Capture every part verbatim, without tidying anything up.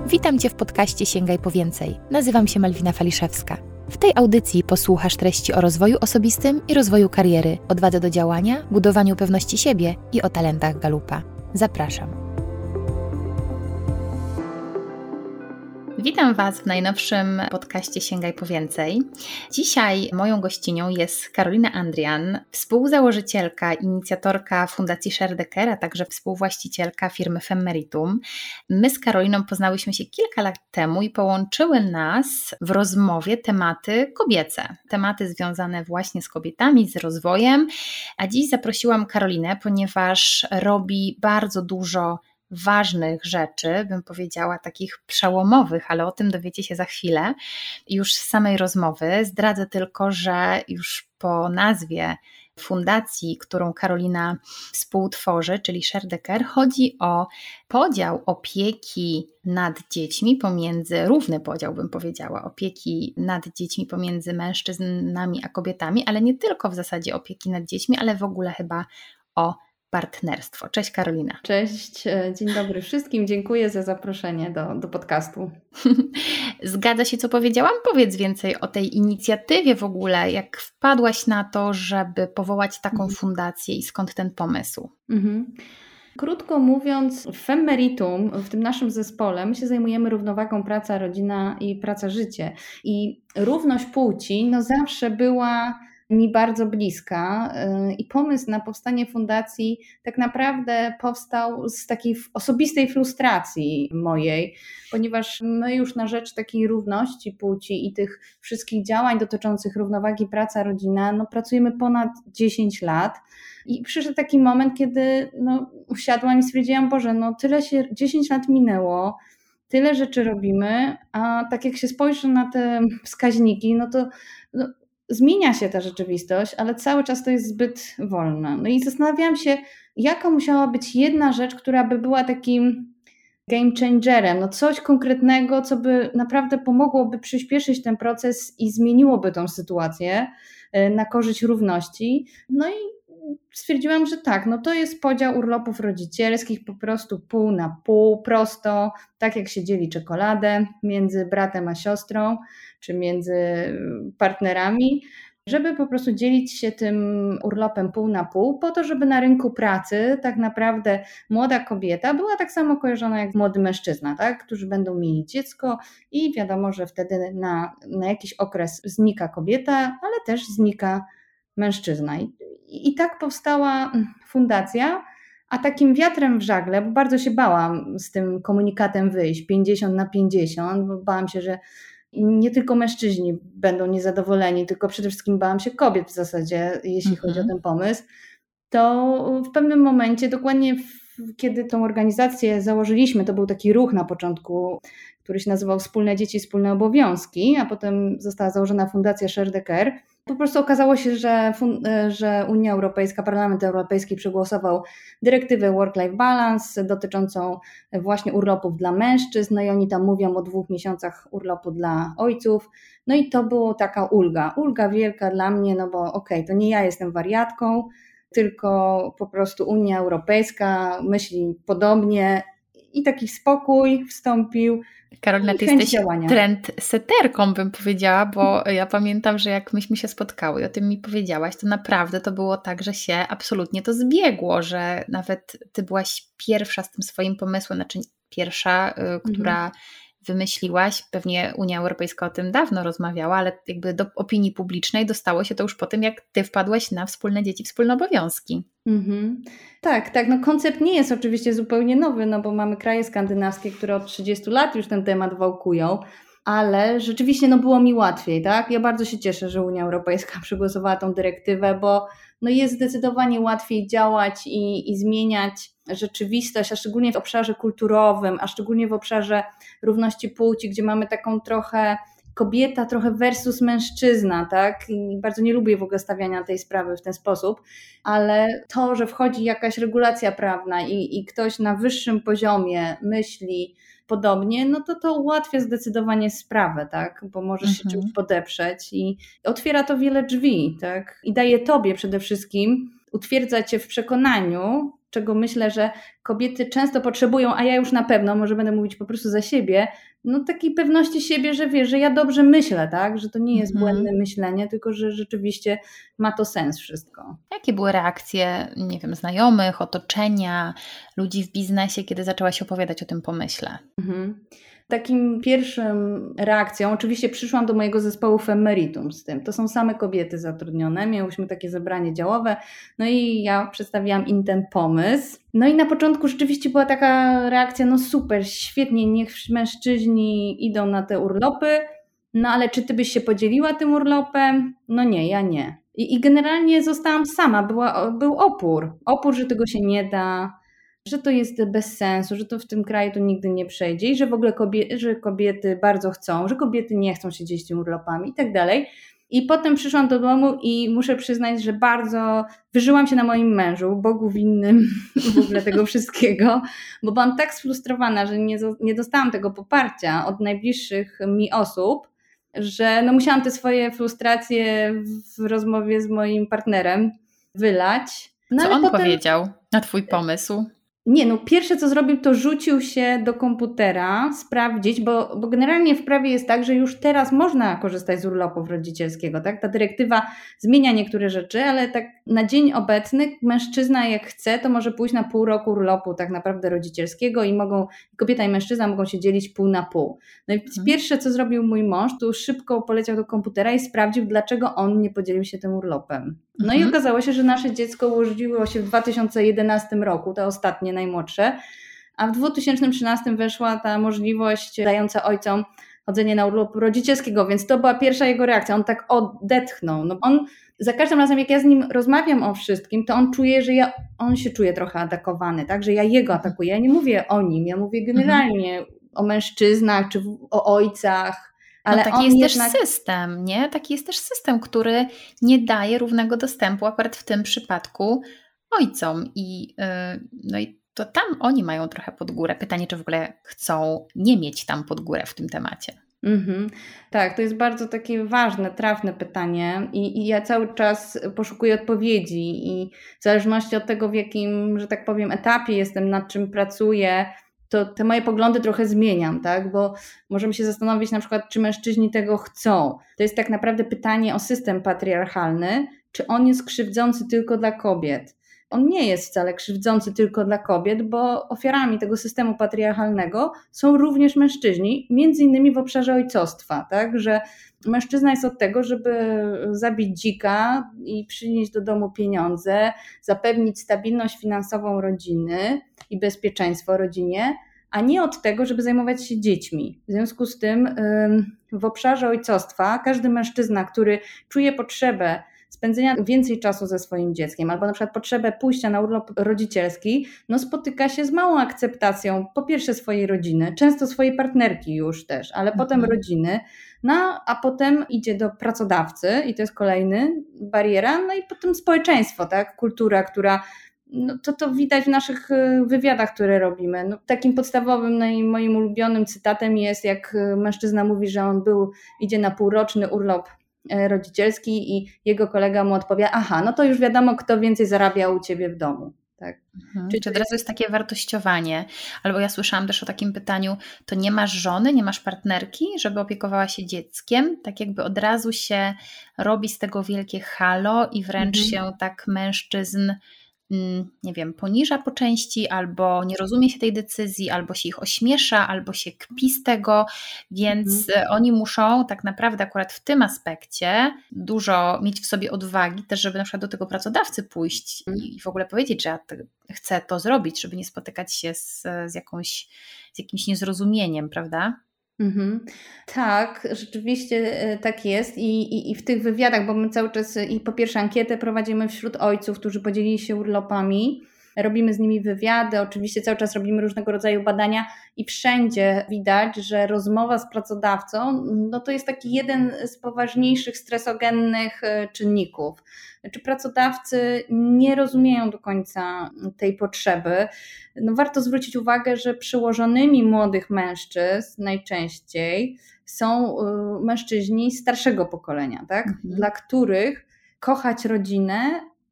Witam Cię w podcaście Sięgaj po więcej. Nazywam się Malwina Faliszewska. W tej audycji posłuchasz treści o rozwoju osobistym i rozwoju kariery, odwadze do działania, budowaniu pewności siebie i o talentach Galupa. Zapraszam. Witam Was w najnowszym podcaście Sięgaj po więcej. Dzisiaj moją gościnią jest Karolina Andrian, współzałożycielka, inicjatorka Fundacji Share the Care, a także współwłaścicielka firmy Femmeritum. My z Karoliną poznałyśmy się kilka lat temu i połączyły nas w rozmowie tematy kobiece. Tematy związane właśnie z kobietami, z rozwojem. A dziś zaprosiłam Karolinę, ponieważ robi bardzo dużo ważnych rzeczy, bym powiedziała takich przełomowych, ale o tym dowiecie się za chwilę, już z samej rozmowy. Zdradzę tylko, że już po nazwie fundacji, którą Karolina współtworzy, czyli Share the Care, chodzi o podział opieki nad dziećmi pomiędzy, równy podział bym powiedziała, opieki nad dziećmi pomiędzy mężczyznami a kobietami, ale nie tylko w zasadzie opieki nad dziećmi, ale w ogóle chyba o partnerstwo. Cześć Karolina. Cześć, dzień dobry wszystkim. Dziękuję za zaproszenie do, do podcastu. Zgadza się, co powiedziałam? Powiedz więcej o tej inicjatywie w ogóle. Jak wpadłaś na to, żeby powołać taką mhm. fundację i skąd ten pomysł? Mhm. Krótko mówiąc, w Femmeritum, w tym naszym zespole, my się zajmujemy równowagą praca, rodzina i praca, życie. I równość płci no zawsze była mi bardzo bliska i pomysł na powstanie fundacji tak naprawdę powstał z takiej osobistej frustracji mojej, ponieważ my już na rzecz takiej równości płci i tych wszystkich działań dotyczących równowagi praca, rodzina, no pracujemy ponad dziesięć lat i przyszedł taki moment, kiedy no, usiadłam i stwierdziłam, Boże, no tyle się, dziesięć lat minęło, tyle rzeczy robimy, a tak jak się spojrzy na te wskaźniki, no to no, zmienia się ta rzeczywistość, ale cały czas to jest zbyt wolna. No i zastanawiałam się, jaka musiała być jedna rzecz, która by była takim game changerem, no coś konkretnego, co by naprawdę pomogłoby przyspieszyć ten proces i zmieniłoby tą sytuację na korzyść równości. No i stwierdziłam, że tak, no to jest podział urlopów rodzicielskich po prostu pół na pół, prosto, tak jak się dzieli czekoladę między bratem a siostrą, czy między partnerami, żeby po prostu dzielić się tym urlopem pół na pół, po to, żeby na rynku pracy tak naprawdę młoda kobieta była tak samo kojarzona jak młody mężczyzna, tak? Którzy będą mieli dziecko i wiadomo, że wtedy na, na jakiś okres znika kobieta, ale też znika mężczyzna. I, I tak powstała fundacja, a takim wiatrem w żagle, bo bardzo się bałam z tym komunikatem wyjść pięćdziesiąt na pięćdziesiąt, bo bałam się, że nie tylko mężczyźni będą niezadowoleni, tylko przede wszystkim bałam się kobiet w zasadzie, jeśli mhm. chodzi o ten pomysł, to w pewnym momencie, dokładnie w, kiedy tą organizację założyliśmy, to był taki ruch na początku, który się nazywał Wspólne Dzieci, Wspólne Obowiązki, a potem została założona Fundacja Share the Care. Po prostu okazało się, że, że Unia Europejska, Parlament Europejski przegłosował dyrektywę Work-Life Balance dotyczącą właśnie urlopów dla mężczyzn, no i oni tam mówią o dwóch miesiącach urlopu dla ojców, no i to była taka ulga, ulga wielka dla mnie, no bo okej, okay, to nie ja jestem wariatką, tylko po prostu Unia Europejska myśli podobnie i taki spokój wstąpił. Karolina, ty jesteś trendseterką, bym powiedziała, bo ja pamiętam, że jak myśmy się spotkały i o tym mi powiedziałaś, to naprawdę to było tak, że się absolutnie to zbiegło, że nawet ty byłaś pierwsza z tym swoim pomysłem, znaczy pierwsza, mhm. która wymyśliłaś, pewnie Unia Europejska o tym dawno rozmawiała, ale jakby do opinii publicznej dostało się to już po tym, jak ty wpadłaś na Wspólne Dzieci, Wspólne Obowiązki. Mhm. Tak, tak, no koncept nie jest oczywiście zupełnie nowy, no bo mamy kraje skandynawskie, które od trzydziestu lat już ten temat wałkują, ale rzeczywiście no było mi łatwiej, tak? Ja bardzo się cieszę, że Unia Europejska przegłosowała tą dyrektywę, bo no jest zdecydowanie łatwiej działać i, i zmieniać rzeczywistość, a szczególnie w obszarze kulturowym, a szczególnie w obszarze równości płci, gdzie mamy taką trochę kobieta trochę versus mężczyzna, tak? I bardzo nie lubię w ogóle stawiania tej sprawy w ten sposób, ale to, że wchodzi jakaś regulacja prawna i, i ktoś na wyższym poziomie myśli podobnie, no to to ułatwia zdecydowanie sprawę, tak? Bo możesz mhm. się czymś podeprzeć i otwiera to wiele drzwi, tak? I daje tobie przede wszystkim, utwierdza cię w przekonaniu, czego myślę, że kobiety często potrzebują, a ja już na pewno, może będę mówić po prostu za siebie, no takiej pewności siebie, że wiesz, że ja dobrze myślę, tak? Że to nie jest Mhm. błędne myślenie, tylko że rzeczywiście ma to sens wszystko. Jakie były reakcje, nie wiem, znajomych, otoczenia, ludzi w biznesie, kiedy zaczęłaś opowiadać o tym pomyśle? Mhm. Takim pierwszym reakcją, oczywiście przyszłam do mojego zespołu Femmeritum z tym. To są same kobiety zatrudnione, miałyśmy takie zebranie działowe, no i ja przedstawiłam im ten pomysł. No i na początku rzeczywiście była taka reakcja, no super, świetnie, niech mężczyźni idą na te urlopy, no ale czy ty byś się podzieliła tym urlopem? No nie, ja nie. I, i generalnie zostałam sama, była, był opór, opór, że tego się nie da, że to jest bez sensu, że to w tym kraju to nigdy nie przejdzie i że w ogóle kobiety, że kobiety bardzo chcą, że kobiety nie chcą się dzielić tymi urlopami i tak dalej. I potem przyszłam do domu i muszę przyznać, że bardzo wyżyłam się na moim mężu, Bogu winnym w ogóle tego wszystkiego, bo byłam tak sfrustrowana, że nie, nie dostałam tego poparcia od najbliższych mi osób, że no musiałam te swoje frustracje w rozmowie z moim partnerem wylać. No, Co ale on potem powiedział na twój pomysł? Nie, no pierwsze co zrobił, to rzucił się do komputera sprawdzić, bo, bo generalnie w prawie jest tak, że już teraz można korzystać z urlopu rodzicielskiego, tak? Ta dyrektywa zmienia niektóre rzeczy, ale tak na dzień obecny mężczyzna jak chce, to może pójść na pół roku urlopu tak naprawdę rodzicielskiego i mogą, kobieta i mężczyzna mogą się dzielić pół na pół. No i Mhm. pierwsze co zrobił mój mąż, to szybko poleciał do komputera i sprawdził, dlaczego on nie podzielił się tym urlopem. No Mhm. i okazało się, że nasze dziecko urodziło się w dwa tysiące jedenastym roku, to ostatnie, najmłodsze, a w dwa tysiące trzynastym weszła ta możliwość dająca ojcom chodzenie na urlop rodzicielskiego, więc to była pierwsza jego reakcja. On tak odetchnął. No on za każdym razem, jak ja z nim rozmawiam o wszystkim, to on czuje, że ja, on się czuje trochę atakowany, tak, że ja jego atakuję. Ja nie mówię o nim, ja mówię generalnie mhm. o mężczyznach czy o ojcach. Ale no taki on jest jednak... też system, nie? Taki jest też system, który nie daje równego dostępu akurat w tym przypadku ojcom. I, yy, no i to tam oni mają trochę pod górę. Pytanie, czy w ogóle chcą nie mieć tam pod górę w tym temacie. Mm-hmm. Tak, to jest bardzo takie ważne, trafne pytanie i, i ja cały czas poszukuję odpowiedzi i w zależności od tego, w jakim, że tak powiem, etapie jestem, nad czym pracuję, to te moje poglądy trochę zmieniam, tak? Bo możemy się zastanowić na przykład, czy mężczyźni tego chcą. To jest tak naprawdę pytanie o system patriarchalny, czy on jest krzywdzący tylko dla kobiet. On nie jest wcale krzywdzący tylko dla kobiet, bo ofiarami tego systemu patriarchalnego są również mężczyźni, między innymi w obszarze ojcostwa, tak? Że mężczyzna jest od tego, żeby zabić dzika i przynieść do domu pieniądze, zapewnić stabilność finansową rodziny i bezpieczeństwo rodzinie, a nie od tego, żeby zajmować się dziećmi. W związku z tym w obszarze ojcostwa każdy mężczyzna, który czuje potrzebę spędzenia więcej czasu ze swoim dzieckiem albo na przykład potrzebę pójścia na urlop rodzicielski, no spotyka się z małą akceptacją po pierwsze swojej rodziny, często swojej partnerki już też, ale mhm. potem rodziny, no a potem idzie do pracodawcy i to jest kolejny bariera, no i potem społeczeństwo, tak, kultura, która no to, to widać w naszych wywiadach, które robimy. No, takim podstawowym, no i moim ulubionym cytatem jest, jak mężczyzna mówi, że on był, idzie na półroczny urlop rodzicielski i jego kolega mu odpowie, aha, no to już wiadomo, kto więcej zarabia u ciebie w domu. Tak. Mhm. Czyli od razu jest takie wartościowanie. Albo ja słyszałam też o takim pytaniu, to nie masz żony, nie masz partnerki, żeby opiekowała się dzieckiem? Tak jakby od razu się robi z tego wielkie halo i wręcz mhm. się tak mężczyzn nie wiem, poniża po części, albo nie rozumie się tej decyzji, albo się ich ośmiesza, albo się kpi z tego, więc mhm. oni muszą tak naprawdę akurat w tym aspekcie dużo mieć w sobie odwagi też, żeby na przykład do tego pracodawcy pójść mhm. i w ogóle powiedzieć, że ja chcę to zrobić, żeby nie spotykać się z, z, jakąś, z jakimś niezrozumieniem, prawda? Mhm. Tak, rzeczywiście tak jest I, i, i w tych wywiadach, bo my cały czas i po pierwsze ankietę prowadzimy wśród ojców, którzy podzielili się urlopami, robimy z nimi wywiady, oczywiście cały czas robimy różnego rodzaju badania i wszędzie widać, że rozmowa z pracodawcą no to jest taki jeden z poważniejszych stresogennych czynników. Czy pracodawcy nie rozumieją do końca tej potrzeby. No warto zwrócić uwagę, że przełożonymi młodych mężczyzn najczęściej są mężczyźni starszego pokolenia, tak? Mhm. Dla których kochać rodzinę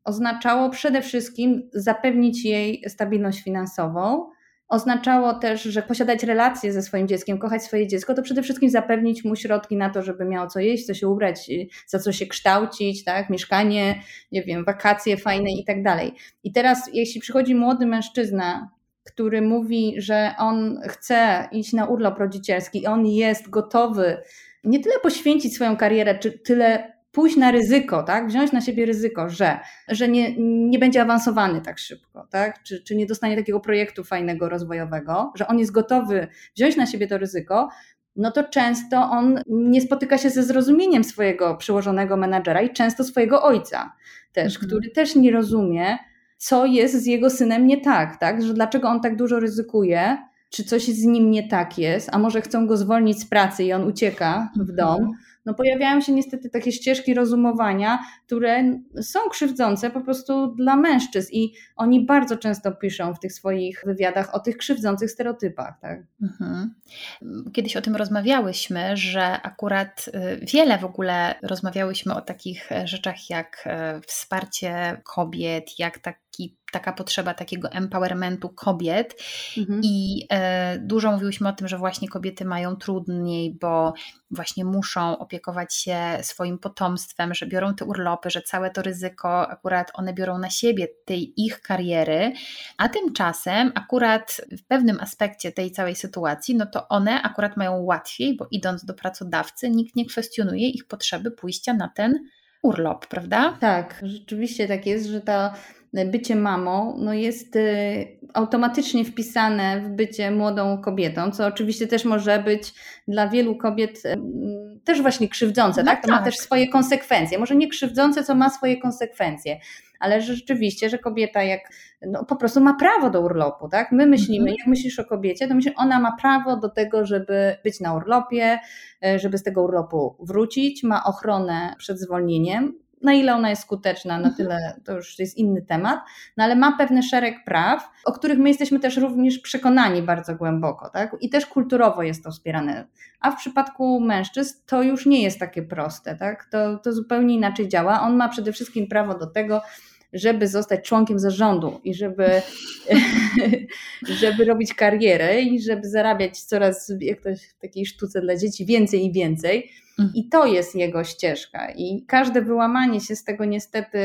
oznaczało przede wszystkim zapewnić jej stabilność finansową. Oznaczało też, że posiadać relacje ze swoim dzieckiem, kochać swoje dziecko, to przede wszystkim zapewnić mu środki na to, żeby miało co jeść, co się ubrać, za co się kształcić, tak? Mieszkanie, nie wiem, wakacje fajne i tak dalej. I teraz jeśli przychodzi młody mężczyzna, który mówi, że on chce iść na urlop rodzicielski i on jest gotowy nie tyle poświęcić swoją karierę, czy tyle pójść na ryzyko, tak? Wziąć na siebie ryzyko, że, że nie, nie będzie awansowany tak szybko, tak? Czy, czy nie dostanie takiego projektu fajnego, rozwojowego, że on jest gotowy wziąć na siebie to ryzyko, no to często on nie spotyka się ze zrozumieniem swojego przełożonego menadżera i często swojego ojca też, mhm. który też nie rozumie, co jest z jego synem nie tak, tak? Że dlaczego on tak dużo ryzykuje, czy coś z nim nie tak jest, a może chcą go zwolnić z pracy i on ucieka w dom. Mhm. No pojawiają się niestety takie ścieżki rozumowania, które są krzywdzące po prostu dla mężczyzn i oni bardzo często piszą w tych swoich wywiadach o tych krzywdzących stereotypach. Tak? Mhm. Kiedyś o tym rozmawiałyśmy, że akurat wiele w ogóle rozmawiałyśmy o takich rzeczach jak wsparcie kobiet, jak taki taka potrzeba takiego empowermentu kobiet mhm. i e, dużo mówiłyśmy o tym, że właśnie kobiety mają trudniej, bo właśnie muszą opiekować się swoim potomstwem, że biorą te urlopy, że całe to ryzyko akurat one biorą na siebie tej ich kariery, a tymczasem akurat w pewnym aspekcie tej całej sytuacji, no to one akurat mają łatwiej, bo idąc do pracodawcy nikt nie kwestionuje ich potrzeby pójścia na ten urlop, prawda? Tak, rzeczywiście tak jest, że ta bycie mamą no jest automatycznie wpisane w bycie młodą kobietą, co oczywiście też może być dla wielu kobiet też właśnie krzywdzące, no tak? To tak. Ma też swoje konsekwencje. Może nie krzywdzące, co ma swoje konsekwencje, ale że rzeczywiście, że kobieta jak no, po prostu ma prawo do urlopu, tak? My myślimy, mhm. jak myślisz o kobiecie, to myślisz, ona ma prawo do tego, żeby być na urlopie, żeby z tego urlopu wrócić, ma ochronę przed zwolnieniem. Na ile ona jest skuteczna, na tyle to już jest inny temat, no ale ma pewny szereg praw, o których my jesteśmy też również przekonani bardzo głęboko, tak? I też kulturowo jest to wspierane. A w przypadku mężczyzn to już nie jest takie proste, tak? To, to zupełnie inaczej działa. On ma przede wszystkim prawo do tego, żeby zostać członkiem zarządu i żeby, żeby robić karierę i żeby zarabiać coraz, jak to w takiej sztuce dla dzieci, więcej i więcej. I to jest jego ścieżka i każde wyłamanie się z tego niestety,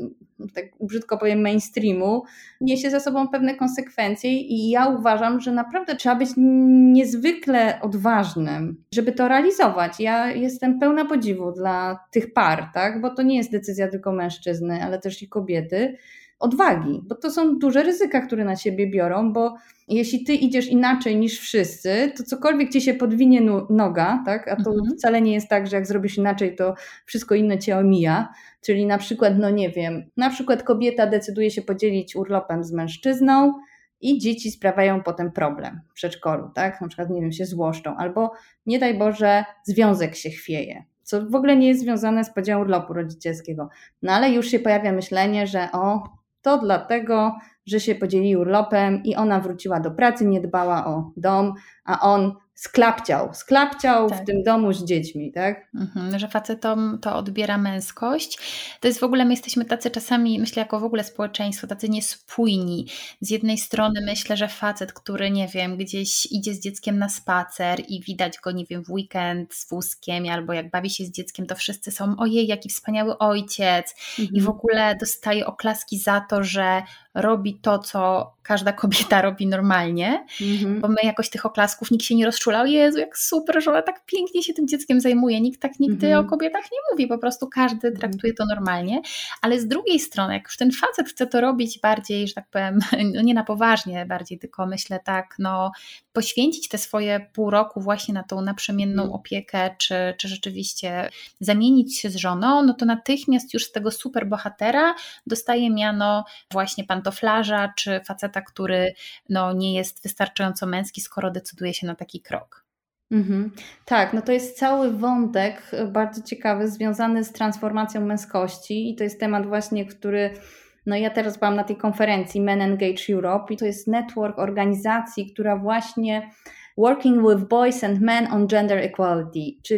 tak brzydko powiem, mainstreamu niesie za sobą pewne konsekwencje i ja uważam, że naprawdę trzeba być niezwykle odważnym, żeby to realizować. Ja jestem pełna podziwu dla tych par, tak? Bo to nie jest decyzja tylko mężczyzny, ale też i kobiety. Odwagi, bo to są duże ryzyka, które na siebie biorą, bo jeśli ty idziesz inaczej niż wszyscy, to cokolwiek ci się podwinie noga, tak? A to mhm. wcale nie jest tak, że jak zrobisz inaczej, to wszystko inne cię omija. Czyli na przykład, no nie wiem, na przykład kobieta decyduje się podzielić urlopem z mężczyzną i dzieci sprawiają potem problem w przedszkolu, tak? Na przykład, nie wiem, się złoszczą, albo nie daj Boże, związek się chwieje, co w ogóle nie jest związane z podziałem urlopu rodzicielskiego. No ale już się pojawia myślenie, że o, to dlatego, że się podzieli urlopem i ona wróciła do pracy, nie dbała o dom, a on sklapciał, sklapciał tak. w tym domu z dziećmi, tak? Mhm, że facetom to odbiera męskość. To jest w ogóle, my jesteśmy tacy czasami, myślę, jako w ogóle społeczeństwo, tacy niespójni. Z jednej strony myślę, że facet, który, nie wiem, gdzieś idzie z dzieckiem na spacer i widać go, nie wiem, w weekend z wózkiem albo jak bawi się z dzieckiem, to wszyscy są, ojej, jaki wspaniały ojciec mhm. i w ogóle dostaje oklaski za to, że robi to, co każda kobieta robi normalnie, mhm. bo my jakoś tych oklasków, nikt się nie rozczula, o Jezu, jak super, że ona tak pięknie się tym dzieckiem zajmuje, nikt tak nigdy mhm. o kobietach nie mówi, po prostu każdy traktuje to normalnie, ale z drugiej strony, jak już ten facet chce to robić bardziej, że tak powiem, no nie na poważnie bardziej, tylko myślę tak, no poświęcić te swoje pół roku właśnie na tą naprzemienną mhm. opiekę, czy, czy rzeczywiście zamienić się z żoną, no to natychmiast już z tego super bohatera dostaje miano właśnie pantoflarza, czy faceta, który no, nie jest wystarczająco męski, skoro decyduje się na taki krok. Mhm. Tak, no to jest cały wątek bardzo ciekawy, związany z transformacją męskości i to jest temat właśnie, który no ja teraz byłam na tej konferencji Men Engage Europe i to jest network organizacji, która właśnie working with boys and men on gender equality, czyli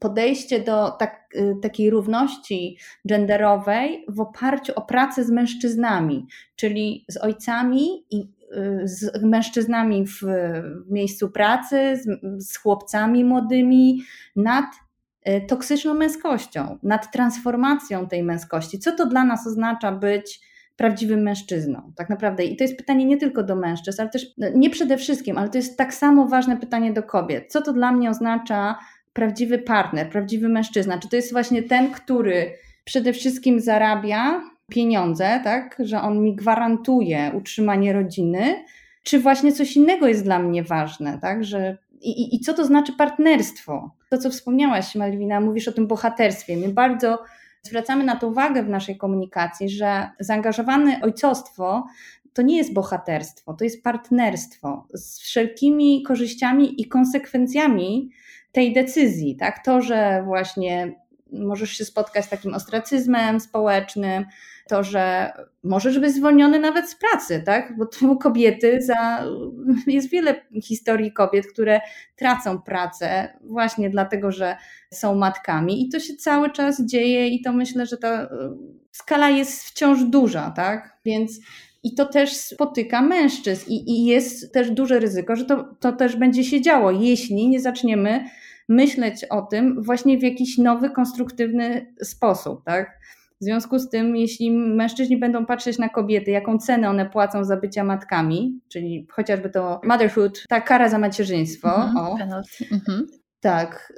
podejście do tak, takiej równości genderowej w oparciu o pracę z mężczyznami, czyli z ojcami i z mężczyznami w, w miejscu pracy, z, z chłopcami młodymi, nad toksyczną męskością, nad transformacją tej męskości. Co to dla nas oznacza być prawdziwym mężczyzną? Tak naprawdę. I to jest pytanie nie tylko do mężczyzn, ale też, no nie przede wszystkim, ale to jest tak samo ważne pytanie do kobiet. Co to dla mnie oznacza prawdziwy partner, prawdziwy mężczyzna? Czy to jest właśnie ten, który przede wszystkim zarabia pieniądze, tak, że on mi gwarantuje utrzymanie rodziny, czy właśnie coś innego jest dla mnie ważne, tak, że i, i, i co to znaczy partnerstwo? To, co wspomniałaś, Malwina, mówisz o tym bohaterstwie. My bardzo zwracamy na to uwagę w naszej komunikacji, że zaangażowane ojcostwo to nie jest bohaterstwo, to jest partnerstwo z wszelkimi korzyściami i konsekwencjami tej decyzji, tak, to, że właśnie możesz się spotkać z takim ostracyzmem społecznym, to, że możesz być zwolniony nawet z pracy, tak? Bo to kobiety, za, jest wiele historii kobiet, które tracą pracę właśnie dlatego, że są matkami i to się cały czas dzieje i to myślę, że ta skala jest wciąż duża, tak? Więc i to też spotyka mężczyzn i, i jest też duże ryzyko, że to, to też będzie się działo, jeśli nie zaczniemy myśleć o tym właśnie w jakiś nowy, konstruktywny sposób, tak? W związku z tym, jeśli mężczyźni będą patrzeć na kobiety, jaką cenę one płacą za bycia matkami, czyli chociażby to motherhood, ta kara za macierzyństwo, Mhm, o, mhm. tak,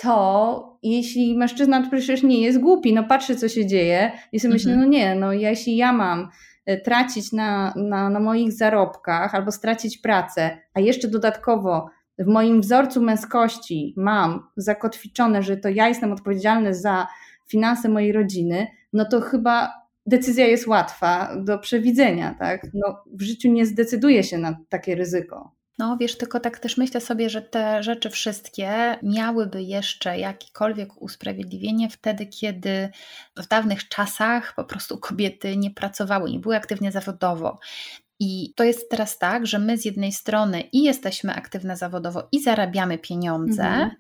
to jeśli mężczyzna przecież nie jest głupi, no patrzy co się dzieje i sobie myśli, Mhm. no nie, no jeśli ja mam tracić na, na, na moich zarobkach albo stracić pracę, a jeszcze dodatkowo w moim wzorcu męskości mam zakotwiczone, że to ja jestem odpowiedzialny za finanse mojej rodziny, no to chyba decyzja jest łatwa do przewidzenia, tak? No, w życiu nie zdecyduje się na takie ryzyko. No wiesz, tylko tak też myślę sobie, że te rzeczy wszystkie miałyby jeszcze jakiekolwiek usprawiedliwienie wtedy, kiedy w dawnych czasach po prostu kobiety nie pracowały, nie były aktywnie zawodowo. I to jest teraz tak, że my z jednej strony i jesteśmy aktywne zawodowo i zarabiamy pieniądze mhm.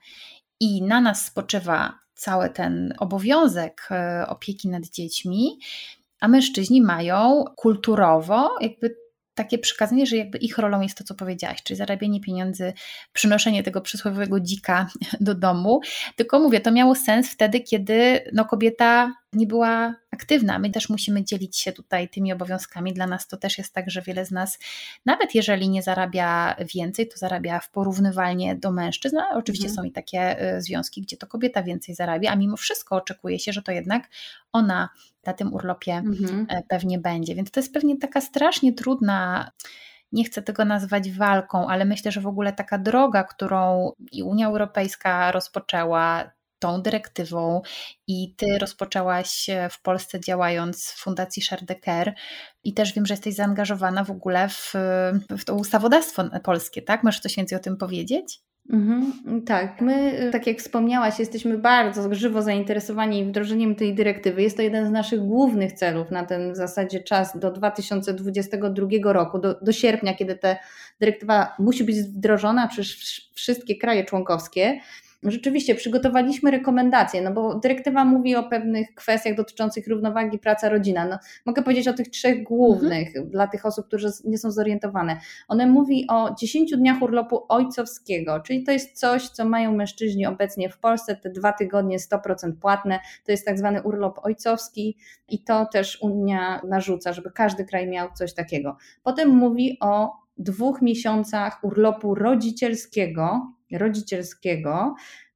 i na nas spoczywa cały ten obowiązek opieki nad dziećmi, a mężczyźni mają kulturowo jakby takie przekazanie, że jakby ich rolą jest to, co powiedziałaś, czyli zarabianie pieniędzy, przynoszenie tego przysłowiowego dzika do domu. Tylko mówię, to miało sens wtedy, kiedy no, kobieta nie była aktywna. My też musimy dzielić się tutaj tymi obowiązkami. Dla nas to też jest tak, że wiele z nas, nawet jeżeli nie zarabia więcej, to zarabia w porównywalnie do mężczyzn. No, oczywiście mhm. są i takie y, związki, gdzie to kobieta więcej zarabia, a mimo wszystko oczekuje się, że to jednak ona na tym urlopie mhm. pewnie będzie. Więc to jest pewnie taka strasznie trudna, nie chcę tego nazwać walką, ale myślę, że w ogóle taka droga, którą i Unia Europejska rozpoczęła tą dyrektywą i ty rozpoczęłaś w Polsce działając w Fundacji Share the Care i też wiem, że jesteś zaangażowana w ogóle w, w to ustawodawstwo polskie, tak? Możesz coś więcej o tym powiedzieć? Mhm, tak, my, tak jak wspomniałaś, jesteśmy bardzo żywo zainteresowani wdrożeniem tej dyrektywy. Jest to jeden z naszych głównych celów na ten w zasadzie czas do dwa tysiące dwudziestego drugiego roku, do, do sierpnia, kiedy ta dyrektywa musi być wdrożona przez wszystkie kraje członkowskie. Rzeczywiście przygotowaliśmy rekomendacje, no bo dyrektywa mówi o pewnych kwestiach dotyczących równowagi praca-rodzina. No, mogę powiedzieć o tych trzech głównych mhm. dla tych osób, które nie są zorientowane. One mówi o dziesięciu dniach urlopu ojcowskiego, czyli to jest coś, co mają mężczyźni obecnie w Polsce, te dwa tygodnie sto procent płatne, to jest tak zwany urlop ojcowski i to też Unia narzuca, żeby każdy kraj miał coś takiego. Potem mówi o dwóch miesiącach urlopu rodzicielskiego, rodzicielskiego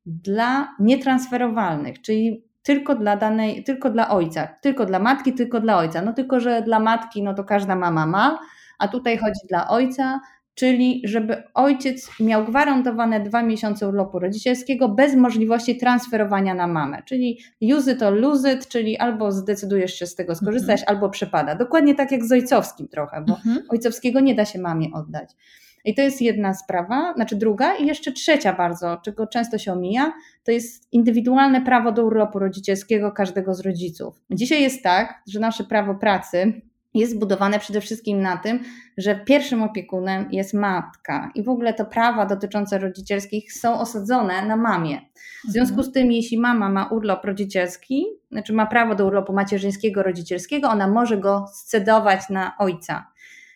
dla nietransferowalnych, czyli tylko dla danej, tylko dla ojca, tylko dla matki, tylko dla ojca. No tylko, że dla matki no to każda mama ma, a tutaj chodzi dla ojca, czyli żeby ojciec miał gwarantowane dwa miesiące urlopu rodzicielskiego bez możliwości transferowania na mamę, czyli use it or lose it, czyli albo zdecydujesz się z tego skorzystać, mhm. albo przepada. Dokładnie tak jak z ojcowskim trochę, bo mhm. ojcowskiego nie da się mamie oddać. I to jest jedna sprawa, znaczy druga i jeszcze trzecia bardzo, czego często się omija, to jest indywidualne prawo do urlopu rodzicielskiego każdego z rodziców. Dzisiaj jest tak, że nasze prawo pracy jest zbudowane przede wszystkim na tym, że pierwszym opiekunem jest matka i w ogóle te prawa dotyczące rodzicielskich są osadzone na mamie. W związku z tym, jeśli mama ma urlop rodzicielski, znaczy ma prawo do urlopu macierzyńskiego, rodzicielskiego, ona może go scedować na ojca.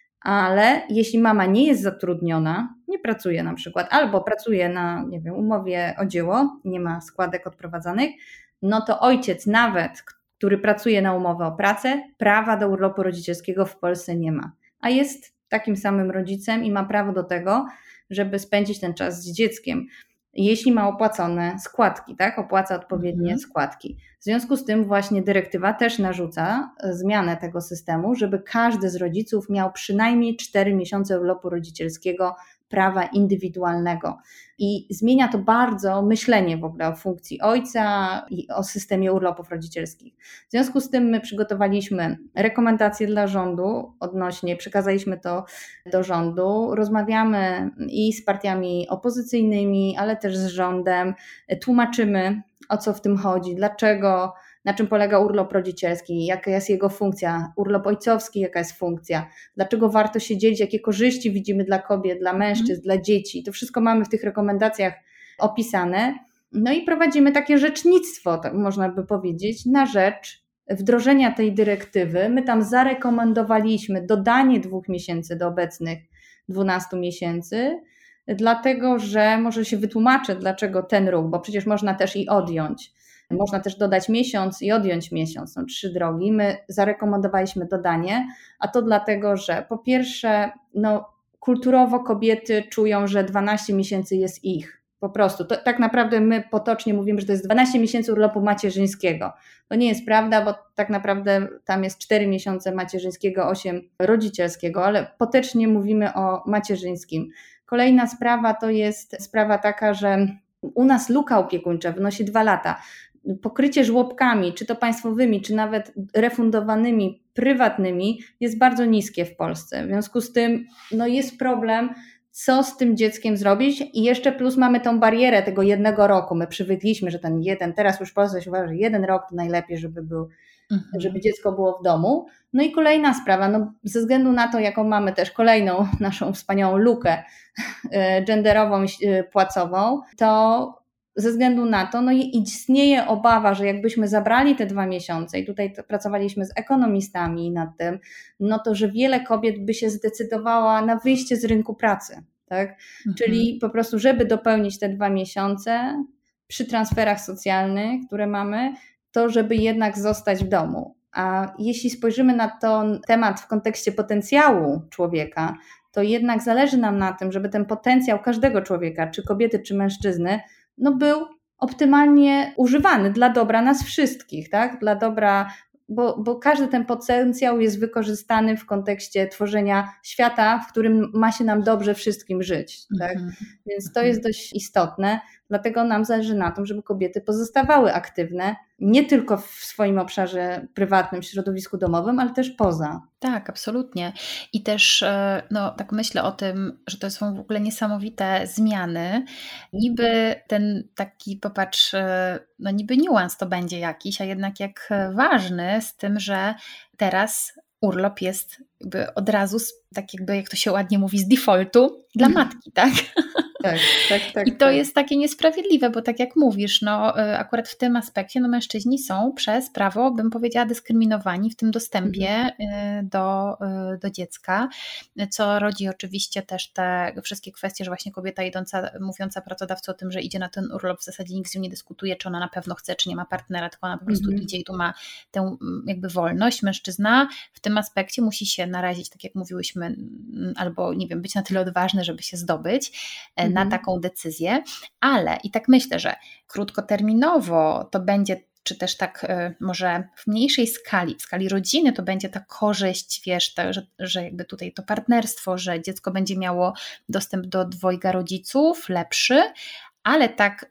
Ale jeśli mama nie jest zatrudniona, nie pracuje na przykład, albo pracuje na, nie wiem, umowie o dzieło, nie ma składek odprowadzanych, no to ojciec nawet, który pracuje na umowę o pracę, prawa do urlopu rodzicielskiego w Polsce nie ma. A jest takim samym rodzicem i ma prawo do tego, żeby spędzić ten czas z dzieckiem, jeśli ma opłacone składki, tak? Opłaca odpowiednie mhm. składki. W związku z tym właśnie dyrektywa też narzuca zmianę tego systemu, żeby każdy z rodziców miał przynajmniej cztery miesiące urlopu rodzicielskiego prawa indywidualnego. I zmienia to bardzo myślenie w ogóle o funkcji ojca i o systemie urlopów rodzicielskich. W związku z tym my przygotowaliśmy rekomendacje dla rządu odnośnie, przekazaliśmy to do rządu, rozmawiamy i z partiami opozycyjnymi, ale też z rządem, tłumaczymy, o co w tym chodzi, dlaczego, na czym polega urlop rodzicielski, jaka jest jego funkcja, urlop ojcowski, jaka jest funkcja, dlaczego warto się dzielić, jakie korzyści widzimy dla kobiet, dla mężczyzn, mm. dla dzieci. To wszystko mamy w tych rekomendacjach opisane. No i prowadzimy takie rzecznictwo, tak można by powiedzieć, na rzecz wdrożenia tej dyrektywy. My tam zarekomendowaliśmy dodanie dwóch miesięcy do obecnych dwunastu miesięcy, dlatego że może się wytłumaczę, dlaczego ten ruch, bo przecież można też i odjąć. Można też dodać miesiąc i odjąć miesiąc, są trzy drogi. My zarekomendowaliśmy dodanie, a to dlatego, że po pierwsze, no, kulturowo kobiety czują, że dwanaście miesięcy jest ich. Po prostu. To, tak naprawdę my potocznie mówimy, że to jest dwanaście miesięcy urlopu macierzyńskiego. To nie jest prawda, bo tak naprawdę tam jest cztery miesiące macierzyńskiego, osiem rodzicielskiego, ale potocznie mówimy o macierzyńskim. Kolejna sprawa to jest sprawa taka, że u nas luka opiekuńcza wynosi dwa lata. Pokrycie żłobkami, czy to państwowymi, czy nawet refundowanymi, prywatnymi jest bardzo niskie w Polsce. W związku z tym no jest problem, co z tym dzieckiem zrobić i jeszcze plus mamy tą barierę tego jednego roku. My przywykliśmy, że ten jeden, teraz już w Polsce się uważa, że jeden rok to najlepiej, żeby był, mhm. żeby dziecko było w domu. No i kolejna sprawa, no ze względu na to, jaką mamy też kolejną naszą wspaniałą lukę genderową, płacową, to ze względu na to no istnieje obawa, że jakbyśmy zabrali te dwa miesiące i tutaj pracowaliśmy z ekonomistami nad tym, no to że wiele kobiet by się zdecydowała na wyjście z rynku pracy, tak? Mhm. Czyli po prostu, żeby dopełnić te dwa miesiące przy transferach socjalnych, które mamy, to żeby jednak zostać w domu. A jeśli spojrzymy na ten temat w kontekście potencjału człowieka, to jednak zależy nam na tym, żeby ten potencjał każdego człowieka, czy kobiety, czy mężczyzny, no był optymalnie używany dla dobra nas wszystkich, tak? Dla dobra, bo, bo każdy ten potencjał jest wykorzystany w kontekście tworzenia świata, w którym ma się nam dobrze wszystkim żyć, tak? Mm-hmm. Więc to jest dość istotne, dlatego nam zależy na tym, żeby kobiety pozostawały aktywne, nie tylko w swoim obszarze prywatnym, środowisku domowym, ale też poza. Tak, absolutnie. I też no, tak myślę o tym, że to są w ogóle niesamowite zmiany. Niby ten taki, popatrz, no niby niuans to będzie jakiś, a jednak jak ważny z tym, że teraz urlop jest jakby od razu, tak jakby jak to się ładnie mówi, z defaultu dla matki, tak? Tak, tak, tak. I to tak. jest takie niesprawiedliwe, bo tak jak mówisz, no akurat w tym aspekcie no mężczyźni są przez prawo, bym powiedziała, dyskryminowani w tym dostępie mhm. do, do dziecka, co rodzi oczywiście też te wszystkie kwestie, że właśnie kobieta idąca, mówiąca pracodawcy o tym, że idzie na ten urlop, w zasadzie nikt z nią nie dyskutuje, czy ona na pewno chce, czy nie ma partnera, tylko ona po prostu mhm. idzie i tu ma tę jakby wolność. Mężczyzna w tym aspekcie musi się narazić, tak jak mówiłyśmy, albo nie wiem, być na tyle odważny, żeby się zdobyć mhm. na taką decyzję, ale i tak myślę, że krótkoterminowo to będzie, czy też tak y, może w mniejszej skali, w skali rodziny to będzie ta korzyść, wiesz, ta, że, że jakby tutaj to partnerstwo, że dziecko będzie miało dostęp do dwojga rodziców lepszy, ale tak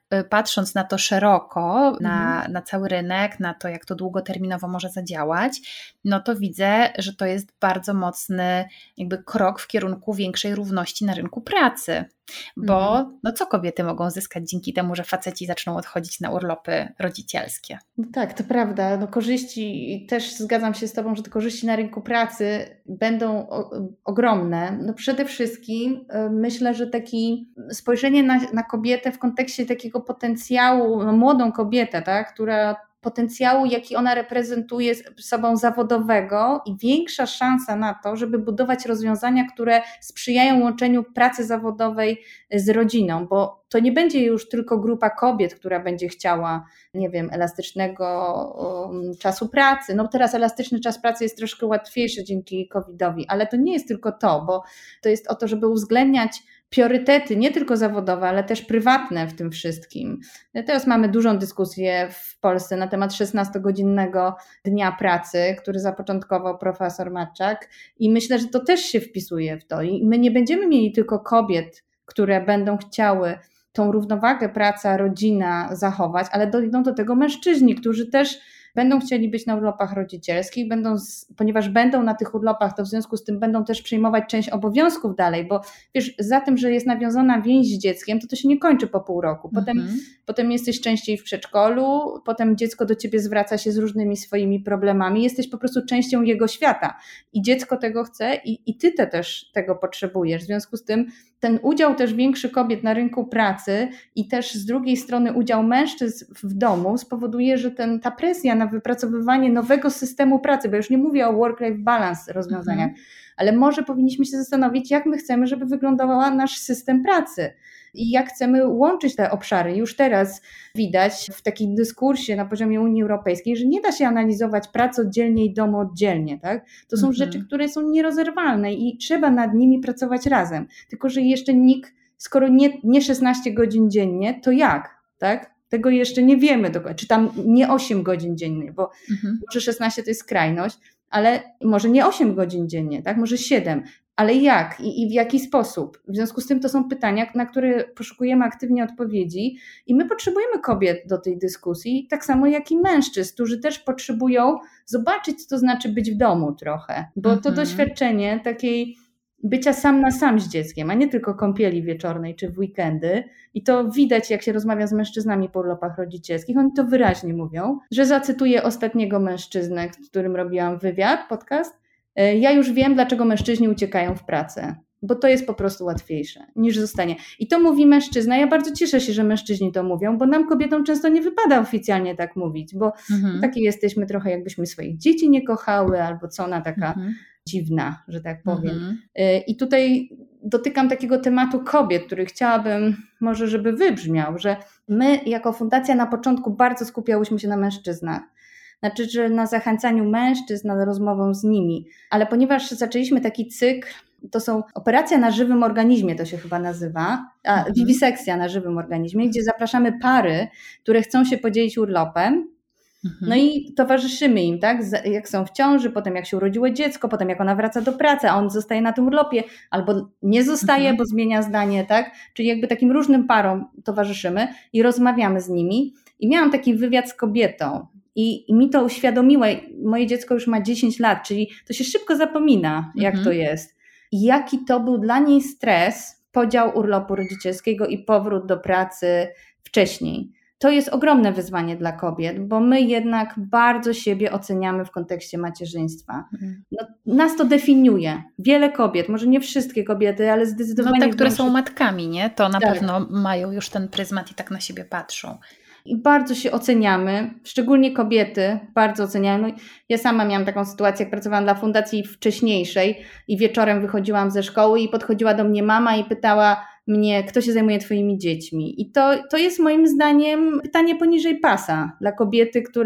patrząc na to szeroko, Mhm. na, na cały rynek, na to, jak to długoterminowo może zadziałać, no to widzę, że to jest bardzo mocny jakby krok w kierunku większej równości na rynku pracy. Bo Mhm. no co kobiety mogą zyskać dzięki temu, że faceci zaczną odchodzić na urlopy rodzicielskie? No tak, to prawda. No korzyści, i też zgadzam się z Tobą, że te korzyści na rynku pracy będą o, ogromne. No przede wszystkim y, myślę, że taki spojrzenie na, na kobietę w kontekście takiego potencjału, no młodą kobietę, tak, która potencjału, jaki ona reprezentuje sobą zawodowego i większa szansa na to, żeby budować rozwiązania, które sprzyjają łączeniu pracy zawodowej z rodziną, bo to nie będzie już tylko grupa kobiet, która będzie chciała, nie wiem, elastycznego um, czasu pracy. No teraz elastyczny czas pracy jest troszkę łatwiejszy dzięki kowidowi, ale to nie jest tylko to, bo to jest o to, żeby uwzględniać priorytety, nie tylko zawodowe, ale też prywatne w tym wszystkim. Teraz mamy dużą dyskusję w Polsce na temat szesnastogodzinnego dnia pracy, który zapoczątkował profesor Matczak i myślę, że to też się wpisuje w to i my nie będziemy mieli tylko kobiet, które będą chciały tą równowagę praca-rodzina zachować, ale dojdą do tego mężczyźni, którzy też będą chcieli być na urlopach rodzicielskich, będą, ponieważ będą na tych urlopach, to w związku z tym będą też przejmować część obowiązków dalej, bo wiesz, za tym, że jest nawiązana więź z dzieckiem, to to się nie kończy po pół roku. Potem, mhm. potem jesteś częściej w przedszkolu, potem dziecko do ciebie zwraca się z różnymi swoimi problemami, jesteś po prostu częścią jego świata i dziecko tego chce i, i ty te też tego potrzebujesz. W związku z tym ten udział też większy kobiet na rynku pracy i też z drugiej strony udział mężczyzn w domu spowoduje, że ten, ta presja na wypracowywanie nowego systemu pracy, bo już nie mówię o work-life balance rozwiązaniach, mhm. ale może powinniśmy się zastanowić, jak my chcemy, żeby wyglądał nasz system pracy i jak chcemy łączyć te obszary. Już teraz widać w takim dyskursie na poziomie Unii Europejskiej, że nie da się analizować pracy oddzielnie i domu oddzielnie. Tak? To są mhm. rzeczy, które są nierozerwalne i trzeba nad nimi pracować razem. Tylko że jeszcze nikt, skoro nie, nie szesnaście godzin dziennie, to jak? Tak? Tego jeszcze nie wiemy dokładnie. Czy tam nie osiem godzin dziennie, bo mhm. może szesnaście to jest skrajność, ale może nie osiem godzin dziennie, tak? Może siedem. Ale jak i, i w jaki sposób? W związku z tym to są pytania, na które poszukujemy aktywnie odpowiedzi i my potrzebujemy kobiet do tej dyskusji, tak samo jak i mężczyzn, którzy też potrzebują zobaczyć, co to znaczy być w domu trochę, bo mhm. to doświadczenie takiej bycia sam na sam z dzieckiem, a nie tylko kąpieli wieczornej czy w weekendy i to widać, jak się rozmawia z mężczyznami po urlopach rodzicielskich, oni to wyraźnie mówią, że zacytuję ostatniego mężczyznę, z którym robiłam wywiad, podcast, ja już wiem, dlaczego mężczyźni uciekają w pracę, bo to jest po prostu łatwiejsze niż zostanie. I to mówi mężczyzna. Ja bardzo cieszę się, że mężczyźni to mówią, bo nam kobietom często nie wypada oficjalnie tak mówić, bo mhm. takie jesteśmy trochę, jakbyśmy swoich dzieci nie kochały, albo co ona taka mhm. dziwna, że tak powiem. Mhm. I tutaj dotykam takiego tematu kobiet, który chciałabym może, żeby wybrzmiał, że my jako fundacja na początku bardzo skupiałyśmy się na mężczyznach. Znaczy, że na zachęcaniu mężczyzn, na rozmową z nimi. Ale ponieważ zaczęliśmy taki cykl, to są operacja na żywym organizmie, to się chyba nazywa, a mhm. wiwisekcja na żywym organizmie, gdzie zapraszamy pary, które chcą się podzielić urlopem. No i towarzyszymy im, tak, jak są w ciąży, potem jak się urodziło dziecko, potem jak ona wraca do pracy, a on zostaje na tym urlopie, albo nie zostaje, mhm. bo zmienia zdanie, tak, czyli jakby takim różnym parom towarzyszymy i rozmawiamy z nimi. I miałam taki wywiad z kobietą i, i mi to uświadomiło, moje dziecko już ma dziesięć lat, czyli to się szybko zapomina, jak mhm. to jest. I jaki to był dla niej stres, podział urlopu rodzicielskiego i powrót do pracy wcześniej. To jest ogromne wyzwanie dla kobiet, bo my jednak bardzo siebie oceniamy w kontekście macierzyństwa. No, nas to definiuje. Wiele kobiet, może nie wszystkie kobiety, ale zdecydowanie... No te, które są matkami, nie? To na tak. pewno mają już ten pryzmat i tak na siebie patrzą. I bardzo się oceniamy, szczególnie kobiety bardzo oceniają. Ja sama miałam taką sytuację, jak pracowałam dla fundacji wcześniejszej i wieczorem wychodziłam ze szkoły i podchodziła do mnie mama i pytała mnie, kto się zajmuje twoimi dziećmi. I to, to jest moim zdaniem pytanie poniżej pasa dla kobiety, która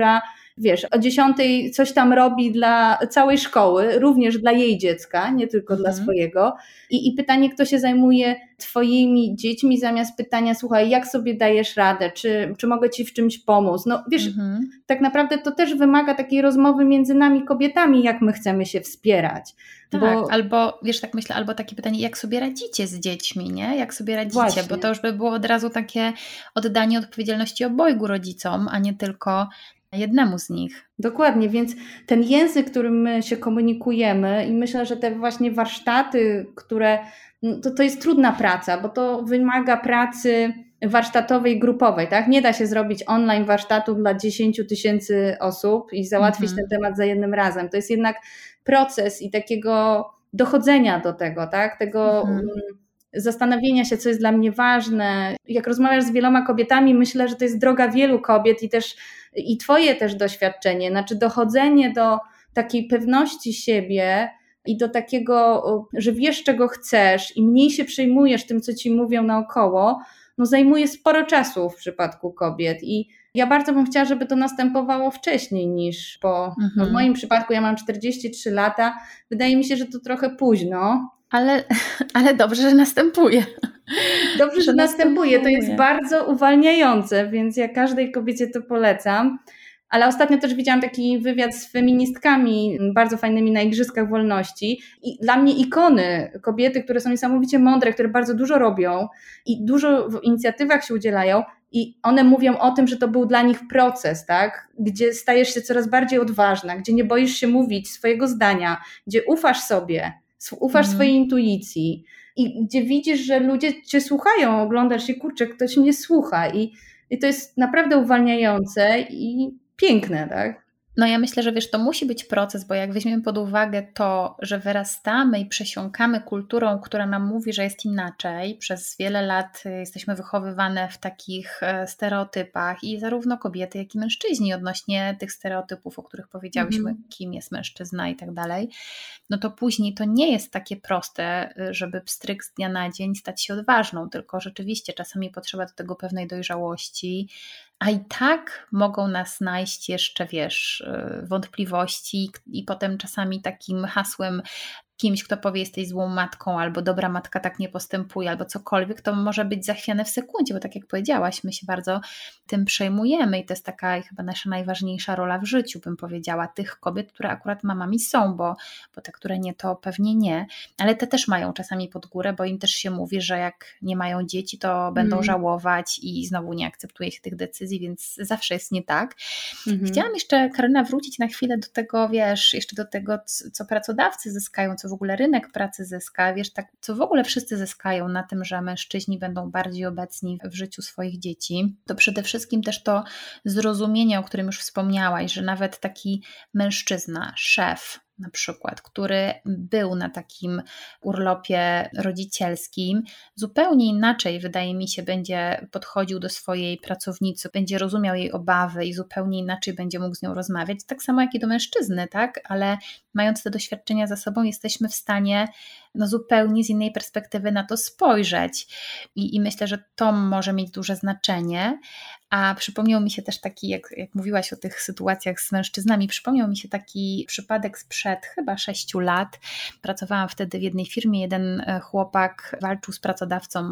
wiesz, o dziesiątej coś tam robi dla całej szkoły, również dla jej dziecka, nie tylko mhm. dla swojego. I, I pytanie, kto się zajmuje twoimi dziećmi, zamiast pytania, słuchaj, jak sobie dajesz radę, czy, czy mogę ci w czymś pomóc? No wiesz, mhm. tak naprawdę to też wymaga takiej rozmowy między nami kobietami, jak my chcemy się wspierać. Tak, bo... albo wiesz, tak myślę, albo takie pytanie, jak sobie radzicie z dziećmi, nie? Jak sobie radzicie, Właśnie. Bo to już by było od razu takie oddanie odpowiedzialności obojgu rodzicom, a nie tylko jednemu z nich. Dokładnie, więc ten język, którym my się komunikujemy i myślę, że te właśnie warsztaty, które, to, to jest trudna praca, bo to wymaga pracy warsztatowej, grupowej, tak? Nie da się zrobić online warsztatu dla dziesięciu tysięcy osób i załatwić mhm. ten temat za jednym razem. To jest jednak proces i takiego dochodzenia do tego, tak? Tego mhm. zastanowienia się, co jest dla mnie ważne. Jak rozmawiasz z wieloma kobietami, myślę, że to jest droga wielu kobiet i też i twoje też doświadczenie, znaczy dochodzenie do takiej pewności siebie i do takiego, że wiesz, czego chcesz i mniej się przejmujesz tym, co ci mówią naokoło, no zajmuje sporo czasu w przypadku kobiet i ja bardzo bym chciała, żeby to następowało wcześniej niż po, mhm. no w moim przypadku ja mam czterdzieści trzy lata, wydaje mi się, że to trochę późno. Ale, ale dobrze, że następuje. Dobrze, że, że następuje. następuje. To jest bardzo uwalniające, więc ja każdej kobiecie to polecam. Ale ostatnio też widziałam taki wywiad z feministkami bardzo fajnymi na Igrzyskach Wolności i dla mnie ikony, kobiety, które są niesamowicie mądre, które bardzo dużo robią i dużo w inicjatywach się udzielają i one mówią o tym, że to był dla nich proces, tak? Gdzie stajesz się coraz bardziej odważna, gdzie nie boisz się mówić swojego zdania, gdzie ufasz sobie, ufasz mhm. swojej intuicji i gdzie widzisz, że ludzie cię słuchają, oglądasz się, kurczę, ktoś mnie słucha i, i to jest naprawdę uwalniające i piękne, tak? No ja myślę, że wiesz, to musi być proces, bo jak weźmiemy pod uwagę to, że wyrastamy i przesiąkamy kulturą, która nam mówi, że jest inaczej, przez wiele lat jesteśmy wychowywane w takich stereotypach i zarówno kobiety, jak i mężczyźni odnośnie tych stereotypów, o których powiedziałyśmy, mm. kim jest mężczyzna i tak dalej, no to później to nie jest takie proste, żeby pstryk z dnia na dzień stać się odważną, tylko rzeczywiście czasami potrzeba do tego pewnej dojrzałości, a i tak mogą nas najść jeszcze, wiesz, wątpliwości i potem czasami takim hasłem kimś, kto powie, jesteś złą matką, albo dobra matka tak nie postępuje, albo cokolwiek, to może być zachwiane w sekundzie, bo tak jak powiedziałaś, my się bardzo tym przejmujemy i to jest taka chyba nasza najważniejsza rola w życiu, bym powiedziała, tych kobiet, które akurat mamami są, bo, bo te, które nie, to pewnie nie, ale te też mają czasami pod górę, bo im też się mówi, że jak nie mają dzieci, to będą mm. żałować i znowu nie akceptuje się tych decyzji, więc zawsze jest nie tak. Mm-hmm. Chciałam jeszcze, Karolina, wrócić na chwilę do tego, wiesz, jeszcze do tego, co pracodawcy zyskają, co w ogóle rynek pracy zyska, wiesz, tak, co w ogóle wszyscy zyskają na tym, że mężczyźni będą bardziej obecni w życiu swoich dzieci, to przede wszystkim też to zrozumienie, o którym już wspomniałaś, że nawet taki mężczyzna, szef na przykład, który był na takim urlopie rodzicielskim, zupełnie inaczej, wydaje mi się, będzie podchodził do swojej pracownicy, będzie rozumiał jej obawy i zupełnie inaczej będzie mógł z nią rozmawiać, tak samo jak i do mężczyzny, tak? Ale mając te doświadczenia za sobą, jesteśmy w stanie no zupełnie z innej perspektywy na to spojrzeć i, i myślę, że to może mieć duże znaczenie, a przypomniał mi się też taki, jak, jak mówiłaś o tych sytuacjach z mężczyznami, przypomniał mi się taki przypadek sprzed chyba sześciu lat. Pracowałam wtedy w jednej firmie, jeden chłopak walczył z pracodawcą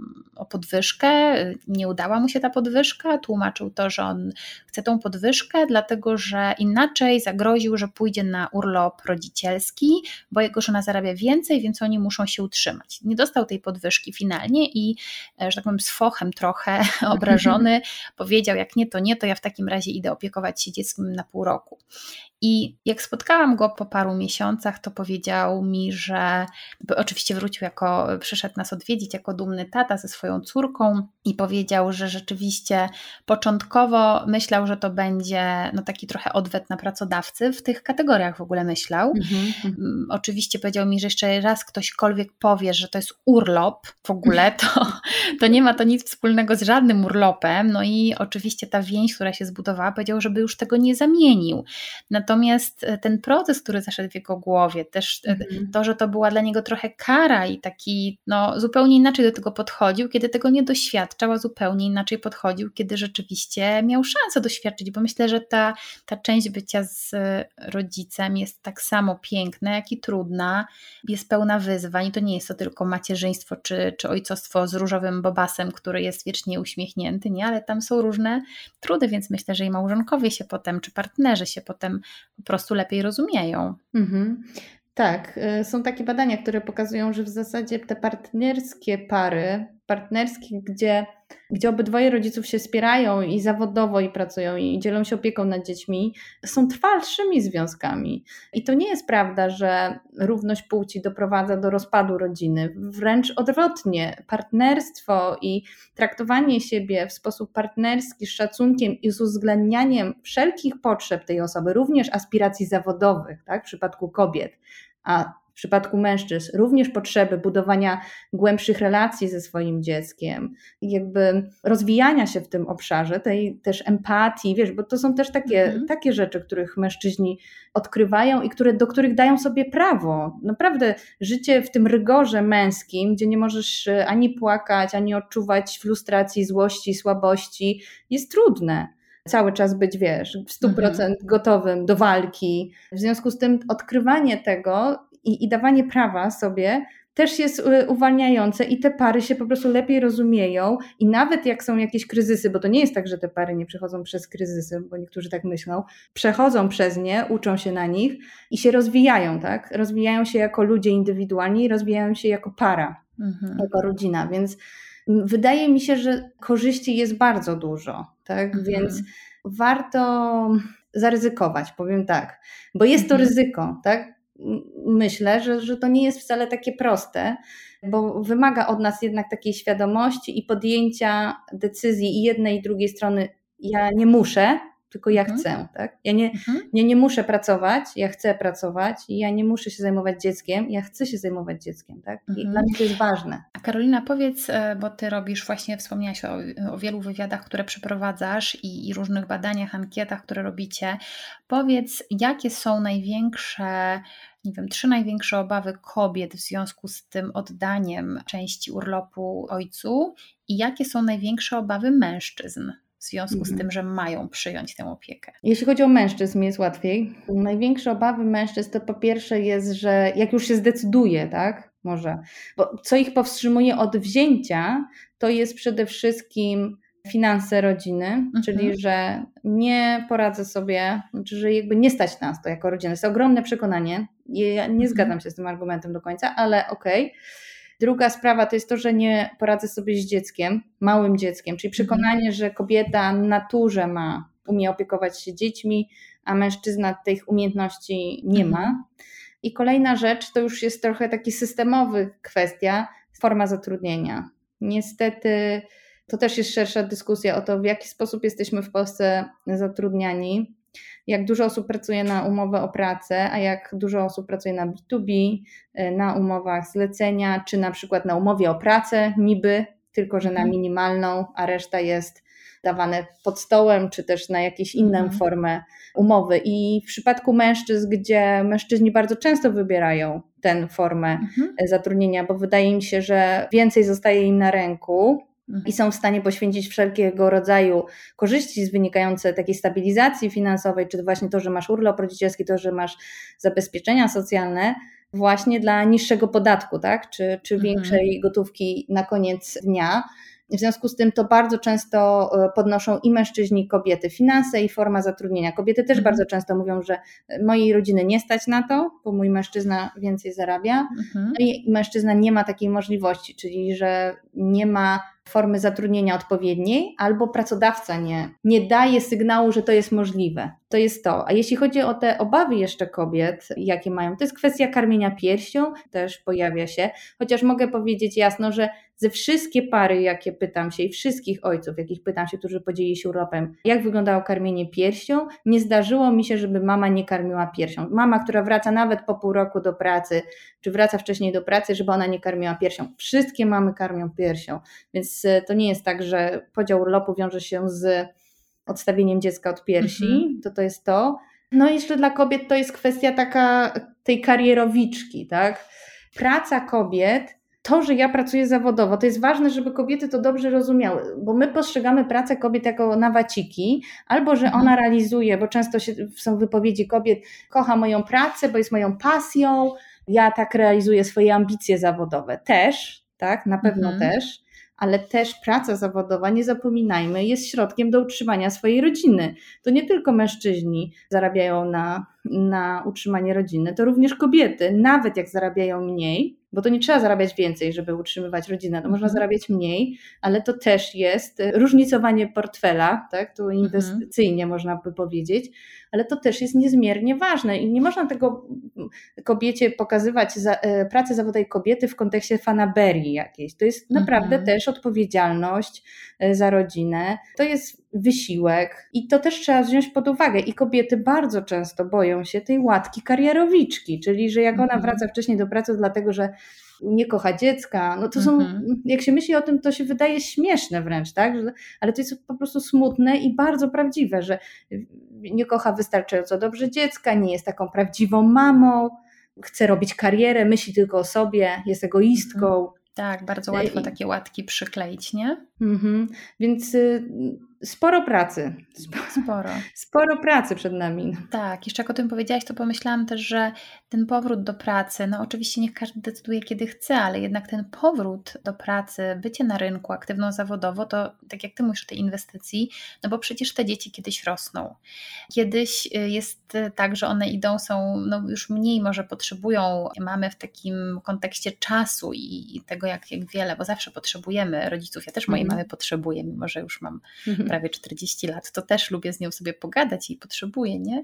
o podwyżkę, nie udała mu się ta podwyżka, tłumaczył to, że on chce tą podwyżkę, dlatego że inaczej zagroził, że pójdzie na urlop rodzicielski, bo jego żona zarabia więcej, więc oni muszą się utrzymać. Nie dostał tej podwyżki finalnie i, że tak powiem, z fochem trochę obrażony powiedział, jak nie, to nie, to ja w takim razie idę opiekować się dzieckiem na pół roku. I jak spotkałam go po paru miesiącach, to powiedział mi, że oczywiście wrócił jako, przyszedł nas odwiedzić jako dumny tata ze swoją córką i powiedział, że rzeczywiście początkowo myślał, że to będzie no taki trochę odwet na pracodawcy, w tych kategoriach w ogóle myślał. Mm-hmm. Oczywiście powiedział mi, że jeszcze raz ktośkolwiek powie, że to jest urlop w ogóle, to, to nie ma to nic wspólnego z żadnym urlopem. No i oczywiście ta więź, która się zbudowała, powiedział, żeby już tego nie zamienił. Natomiast Natomiast ten proces, który zaszedł w jego głowie, też mhm. to, że to była dla niego trochę kara i taki no, zupełnie inaczej do tego podchodził, kiedy tego nie doświadczał, a zupełnie inaczej podchodził, kiedy rzeczywiście miał szansę doświadczyć, bo myślę, że ta, ta część bycia z rodzicem jest tak samo piękna, jak i trudna, jest pełna wyzwań i to nie jest to tylko macierzyństwo czy, czy ojcostwo z różowym bobasem, który jest wiecznie uśmiechnięty, nie, ale tam są różne trudy, więc myślę, że i małżonkowie się potem, czy partnerzy się potem po prostu lepiej rozumieją. Mhm. Tak, są takie badania, które pokazują, że w zasadzie te partnerskie pary, partnerskie, gdzie, gdzie obydwoje rodziców się wspierają i zawodowo i pracują i dzielą się opieką nad dziećmi, są trwalszymi związkami. I to nie jest prawda, że równość płci doprowadza do rozpadu rodziny. Wręcz odwrotnie, partnerstwo i traktowanie siebie w sposób partnerski, z szacunkiem i z uwzględnianiem wszelkich potrzeb tej osoby, również aspiracji zawodowych, tak, w przypadku kobiet, a w przypadku mężczyzn również potrzeby budowania głębszych relacji ze swoim dzieckiem, jakby rozwijania się w tym obszarze, tej też empatii, wiesz, bo to są też takie, mhm. takie rzeczy, których mężczyźni odkrywają i które, do których dają sobie prawo. Naprawdę życie w tym rygorze męskim, gdzie nie możesz ani płakać, ani odczuwać frustracji, złości, słabości, jest trudne. Cały czas być, wiesz, w stu procentach mhm. gotowym do walki. W związku z tym odkrywanie tego i, i dawanie prawa sobie też jest uwalniające i te pary się po prostu lepiej rozumieją i nawet jak są jakieś kryzysy, bo to nie jest tak, że te pary nie przechodzą przez kryzysy, bo niektórzy tak myślą, przechodzą przez nie, uczą się na nich i się rozwijają, tak? Rozwijają się jako ludzie indywidualni i rozwijają się jako para, mhm. jako rodzina, więc wydaje mi się, że korzyści jest bardzo dużo, tak? Mhm. Więc warto zaryzykować, powiem tak, bo jest to mhm. ryzyko, tak? Myślę, że, że to nie jest wcale takie proste, bo wymaga od nas jednak takiej świadomości i podjęcia decyzji i jednej i drugiej strony. Ja nie muszę, tylko ja mhm. chcę. Tak? Ja nie, mhm. nie, nie muszę pracować, ja chcę pracować i ja nie muszę się zajmować dzieckiem, ja chcę się zajmować dzieckiem. Tak? I mhm. dla mnie to jest ważne. A Karolina, powiedz, bo Ty robisz, właśnie wspomniałaś o, o wielu wywiadach, które przeprowadzasz i, i różnych badaniach, ankietach, które robicie. Powiedz, jakie są największe, nie wiem, trzy największe obawy kobiet w związku z tym oddaniem części urlopu ojcu i jakie są największe obawy mężczyzn w związku mhm. z tym, że mają przyjąć tę opiekę? Jeśli chodzi o mężczyzn, jest łatwiej. Największe obawy mężczyzn to po pierwsze jest, że jak już się zdecyduje, tak, może, bo co ich powstrzymuje od wzięcia, to jest przede wszystkim finanse rodziny, mhm. czyli że nie poradzę sobie, znaczy, że jakby nie stać nas to jako rodzina. To jest ogromne przekonanie. Ja nie mhm. zgadzam się z tym argumentem do końca, ale okej. Okay. Druga sprawa to jest to, że nie poradzę sobie z dzieckiem, małym dzieckiem, czyli przekonanie, mhm. że kobieta w naturze ma, umie opiekować się dziećmi, a mężczyzna tych umiejętności nie mhm. ma. I kolejna rzecz to już jest trochę taki systemowy kwestia, forma zatrudnienia. Niestety to też jest szersza dyskusja o to, w jaki sposób jesteśmy w Polsce zatrudniani, jak dużo osób pracuje na umowę o pracę, a jak dużo osób pracuje na B dwa B, na umowach zlecenia, czy na przykład na umowie o pracę niby, tylko że na minimalną, a reszta jest dawane pod stołem, czy też na jakąś inną mhm. formę umowy. I w przypadku mężczyzn, gdzie mężczyźni bardzo często wybierają tę formę mhm. zatrudnienia, bo wydaje mi się, że więcej zostaje im na ręku, i są w stanie poświęcić wszelkiego rodzaju korzyści wynikające z takiej stabilizacji finansowej, czy właśnie to, że masz urlop rodzicielski, to, że masz zabezpieczenia socjalne, właśnie dla niższego podatku, tak? czy, czy większej mhm. gotówki na koniec dnia. W związku z tym to bardzo często podnoszą i mężczyźni, i kobiety, finanse i forma zatrudnienia. Kobiety też mhm. bardzo często mówią, że mojej rodziny nie stać na to, bo mój mężczyzna więcej zarabia, mhm. no i mężczyzna nie ma takiej możliwości, czyli że nie ma formy zatrudnienia odpowiedniej, albo pracodawca nie, nie daje sygnału, że to jest możliwe. To jest to. A jeśli chodzi o te obawy jeszcze kobiet, jakie mają, to jest kwestia karmienia piersią, też pojawia się, chociaż mogę powiedzieć jasno, że ze wszystkie pary, jakie pytam się i wszystkich ojców, jakich pytam się, którzy podzielili się urlopem, jak wyglądało karmienie piersią, nie zdarzyło mi się, żeby mama nie karmiła piersią. Mama, która wraca nawet po pół roku do pracy, czy wraca wcześniej do pracy, żeby ona nie karmiła piersią. Wszystkie mamy karmią piersią, więc to nie jest tak, że podział urlopu wiąże się z odstawieniem dziecka od piersi, mhm. to to jest to. No i jeszcze dla kobiet to jest kwestia taka tej karierowiczki, tak? Praca kobiet, to, że ja pracuję zawodowo, to jest ważne, żeby kobiety to dobrze rozumiały, bo my postrzegamy pracę kobiet jako nawaciki, albo że Mhm. ona realizuje, bo często się, są wypowiedzi kobiet, kocha moją pracę, bo jest moją pasją, ja tak realizuję swoje ambicje zawodowe. Też, tak, na pewno Mhm. też, ale też praca zawodowa, nie zapominajmy, jest środkiem do utrzymania swojej rodziny. To nie tylko mężczyźni zarabiają na, na utrzymanie rodziny, to również kobiety, nawet jak zarabiają mniej, bo to nie trzeba zarabiać więcej, żeby utrzymywać rodzinę, to można Mhm. zarabiać mniej, ale to też jest różnicowanie portfela, tak, tu inwestycyjnie można by powiedzieć, ale to też jest niezmiernie ważne i nie można tego kobiecie pokazywać za, pracy zawodowej kobiety w kontekście fanaberii jakiejś. To jest naprawdę Mhm. też odpowiedzialność za rodzinę, to jest wysiłek i to też trzeba wziąć pod uwagę i kobiety bardzo często boją się tej łatki karierowiczki, czyli że jak ona Mhm. wraca wcześniej do pracy dlatego, że nie kocha dziecka, no to są, Mhm. jak się myśli o tym, to się wydaje śmieszne wręcz, tak? Ale to jest po prostu smutne i bardzo prawdziwe, że nie kocha wystarczająco dobrze dziecka, nie jest taką prawdziwą mamą, chce robić karierę, myśli tylko o sobie, jest egoistką. Mhm. Tak, bardzo łatwo takie łatki przykleić, nie? Mhm. Więc y, sporo pracy. Sporo. Sporo pracy przed nami. Tak, jeszcze jak o tym powiedziałaś, to pomyślałam też, że ten powrót do pracy, no oczywiście niech każdy decyduje kiedy chce, ale jednak ten powrót do pracy, bycie na rynku aktywną zawodowo, to tak jak ty mówisz o tej inwestycji, no bo przecież te dzieci kiedyś rosną. Kiedyś jest tak, że one idą, są no już mniej może potrzebują mamy w takim kontekście czasu i, i tego jak, jak wiele, bo zawsze potrzebujemy rodziców. Ja też mojej Mhm. mamy potrzebuję, mimo że już mam Mhm. prawie czterdzieści lat, to też lubię z nią sobie pogadać i potrzebuję, nie?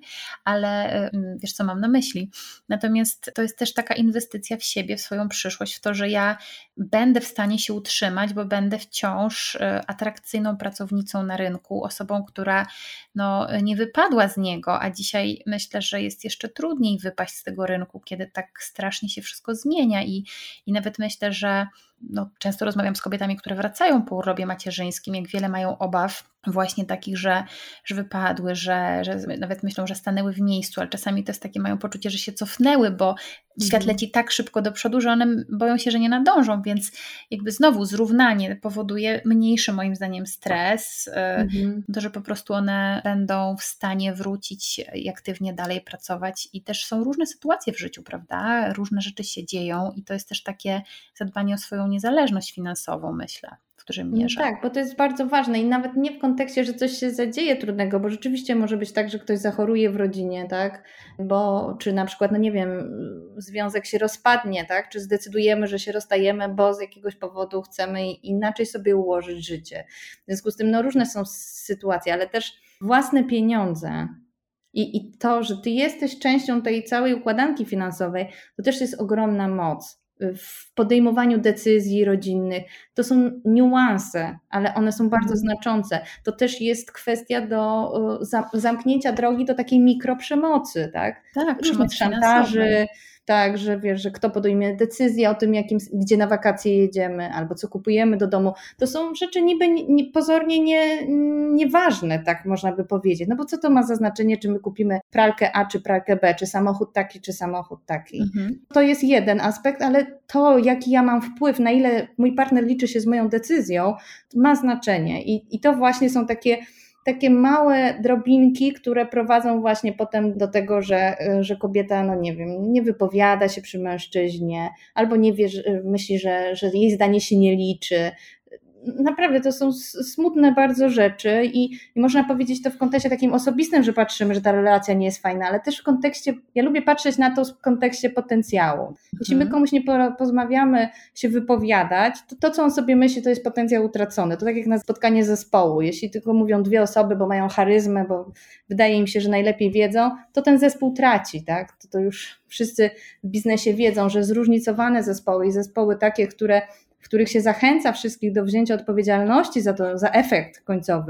Ale wiesz co mam na myśli. Natomiast to jest też taka inwestycja w siebie, w swoją przyszłość, w to, że ja będę w stanie się utrzymać, bo będę wciąż atrakcyjną pracownicą na rynku, osobą, która no, nie wypadła z niego, a dzisiaj myślę, że jest jeszcze trudniej wypaść z tego rynku, kiedy tak strasznie się wszystko zmienia i, i nawet myślę, że no, często rozmawiam z kobietami, które wracają po urlopie macierzyńskim, jak wiele mają obaw właśnie takich, że, że wypadły, że, że nawet myślą, że stanęły w miejscu, ale czasami to jest takie, mają poczucie, że się cofnęły, bo świat leci tak szybko do przodu, że one boją się, że nie nadążą, więc jakby znowu zrównanie powoduje mniejszy moim zdaniem stres, Mhm. to, że po prostu one będą w stanie wrócić i aktywnie dalej pracować i też są różne sytuacje w życiu, prawda? Różne rzeczy się dzieją i to jest też takie zadbanie o swoją niezależność finansową, myślę, w dużym mierze. Tak, bo to jest bardzo ważne i nawet nie w kontekście, że coś się zadzieje trudnego, bo rzeczywiście może być tak, że ktoś zachoruje w rodzinie, tak, bo czy na przykład, no nie wiem, związek się rozpadnie, tak, czy zdecydujemy, że się rozstajemy, bo z jakiegoś powodu chcemy inaczej sobie ułożyć życie. W związku z tym, no różne są sytuacje, ale też własne pieniądze i, i to, że ty jesteś częścią tej całej układanki finansowej, to też jest ogromna moc w podejmowaniu decyzji rodzinnych. To są niuanse, ale one są bardzo Mhm. znaczące. To też jest kwestia do zamknięcia drogi do takiej mikroprzemocy, tak? Tak, Różnych przemoc szantaży, finansowej. tak, że wiesz, że kto podejmie decyzję o tym, jakim, gdzie na wakacje jedziemy, albo co kupujemy do domu. To są rzeczy niby nie, pozornie nie, nieważne, tak można by powiedzieć. No bo co to ma za znaczenie, czy my kupimy pralkę A, czy pralkę B, czy samochód taki, czy samochód taki. Mhm. To jest jeden aspekt, ale to, jaki ja mam wpływ, na ile mój partner liczy się z moją decyzją, ma znaczenie. I, i to właśnie są takie takie małe drobinki, które prowadzą właśnie potem do tego, że, że kobieta, no nie wiem, nie wypowiada się przy mężczyźnie, albo nie wie, że, myśli, że, że jej zdanie się nie liczy. Naprawdę to są smutne bardzo rzeczy i, i można powiedzieć to w kontekście takim osobistym, że patrzymy, że ta relacja nie jest fajna, ale też w kontekście, ja lubię patrzeć na to w kontekście potencjału. Jeśli my komuś nie pozmawiamy się wypowiadać, to to, co on sobie myśli, to jest potencjał utracony. To tak jak na spotkanie zespołu. Jeśli tylko mówią dwie osoby, bo mają charyzmę, bo wydaje im się, że najlepiej wiedzą, to ten zespół traci, tak? To, to już wszyscy w biznesie wiedzą, że zróżnicowane zespoły i zespoły takie, które w których się zachęca wszystkich do wzięcia odpowiedzialności za to, za efekt końcowy,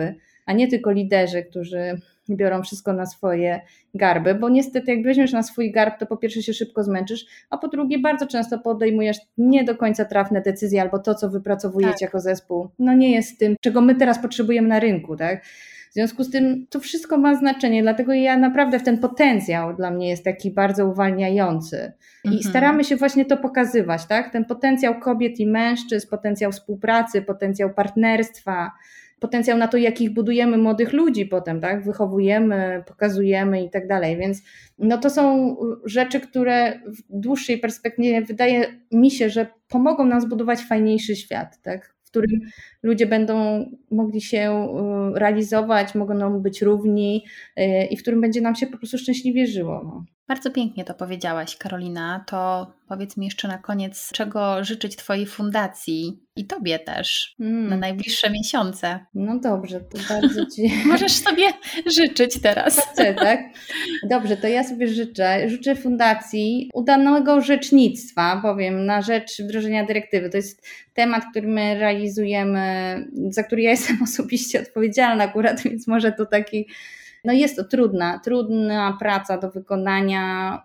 a nie tylko liderzy, którzy biorą wszystko na swoje garby, bo niestety jak weźmiesz na swój garb, to po pierwsze się szybko zmęczysz, a po drugie bardzo często podejmujesz nie do końca trafne decyzje albo to, co wypracowujecie tak. jako zespół, no nie jest tym, czego my teraz potrzebujemy na rynku, tak? W związku z tym to wszystko ma znaczenie, dlatego ja naprawdę w ten potencjał dla mnie jest taki bardzo uwalniający i mhm. staramy się właśnie to pokazywać, tak? Ten potencjał kobiet i mężczyzn, potencjał współpracy, potencjał partnerstwa, potencjał na to, jakich budujemy młodych ludzi potem, tak? Wychowujemy, pokazujemy i tak dalej, więc no to są rzeczy, które w dłuższej perspektywie wydaje mi się, że pomogą nam zbudować fajniejszy świat, tak? W którym ludzie będą mogli się realizować, mogą być równi i w którym będzie nam się po prostu szczęśliwie żyło. No. Bardzo pięknie to powiedziałaś, Karolina. To powiedz mi jeszcze na koniec, czego życzyć Twojej fundacji i Tobie też mm. na najbliższe miesiące. No dobrze, to bardzo Ci... Możesz sobie życzyć teraz. Chcę, tak? Dobrze, to ja sobie życzę. Życzę fundacji udanego rzecznictwa, powiem, na rzecz wdrożenia dyrektywy. To jest temat, który my realizujemy, za który ja jestem osobiście odpowiedzialna akurat, więc może to taki... No jest to trudna, trudna praca do wykonania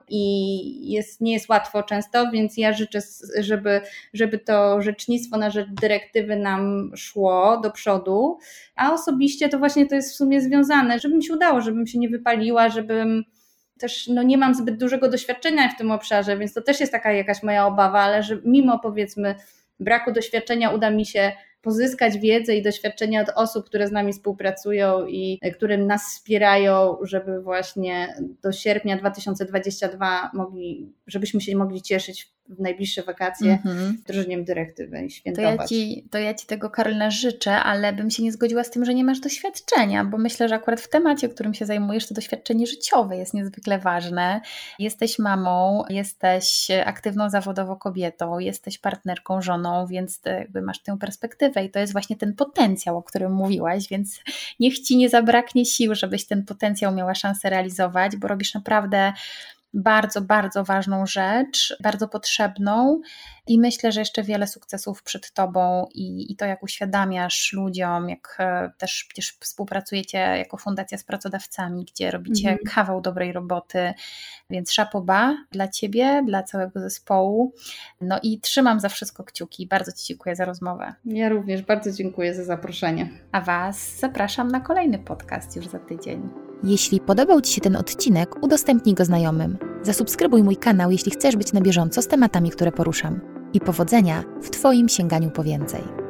i jest, nie jest łatwo często, więc ja życzę, żeby, żeby to rzecznictwo na rzecz dyrektywy nam szło do przodu, a osobiście to właśnie to jest w sumie związane, żeby mi się udało, żebym się nie wypaliła, żebym też, no nie mam zbyt dużego doświadczenia w tym obszarze, więc to też jest taka jakaś moja obawa, ale że mimo powiedzmy braku doświadczenia uda mi się pozyskać wiedzę i doświadczenia od osób, które z nami współpracują i które nas wspierają, żeby właśnie do sierpnia dwa tysiące dwudziestego drugiego mogli, żebyśmy się mogli cieszyć w najbliższe wakacje mm-hmm. wdrożeniem dyrektywy i świętować. To ja, ci, to ja Ci tego, Karolina, życzę, ale bym się nie zgodziła z tym, że nie masz doświadczenia, bo myślę, że akurat w temacie, którym się zajmujesz, to doświadczenie życiowe jest niezwykle ważne. Jesteś mamą, jesteś aktywną zawodowo kobietą, jesteś partnerką, żoną, więc jakby masz tę perspektywę i to jest właśnie ten potencjał, o którym mówiłaś, więc niech Ci nie zabraknie sił, żebyś ten potencjał miała szansę realizować, bo robisz naprawdę bardzo, bardzo ważną rzecz, bardzo potrzebną i myślę, że jeszcze wiele sukcesów przed Tobą i, i to, jak uświadamiasz ludziom, jak też przecież współpracujecie jako fundacja z pracodawcami, gdzie robicie mm. kawał dobrej roboty, więc chapeau bas dla Ciebie, dla całego zespołu. No i trzymam za wszystko kciuki. Bardzo Ci dziękuję za rozmowę. Ja również bardzo dziękuję za zaproszenie. A Was zapraszam na kolejny podcast już za tydzień. Jeśli podobał Ci się ten odcinek, udostępnij go znajomym. Zasubskrybuj mój kanał, jeśli chcesz być na bieżąco z tematami, które poruszam. I powodzenia w Twoim sięganiu po więcej.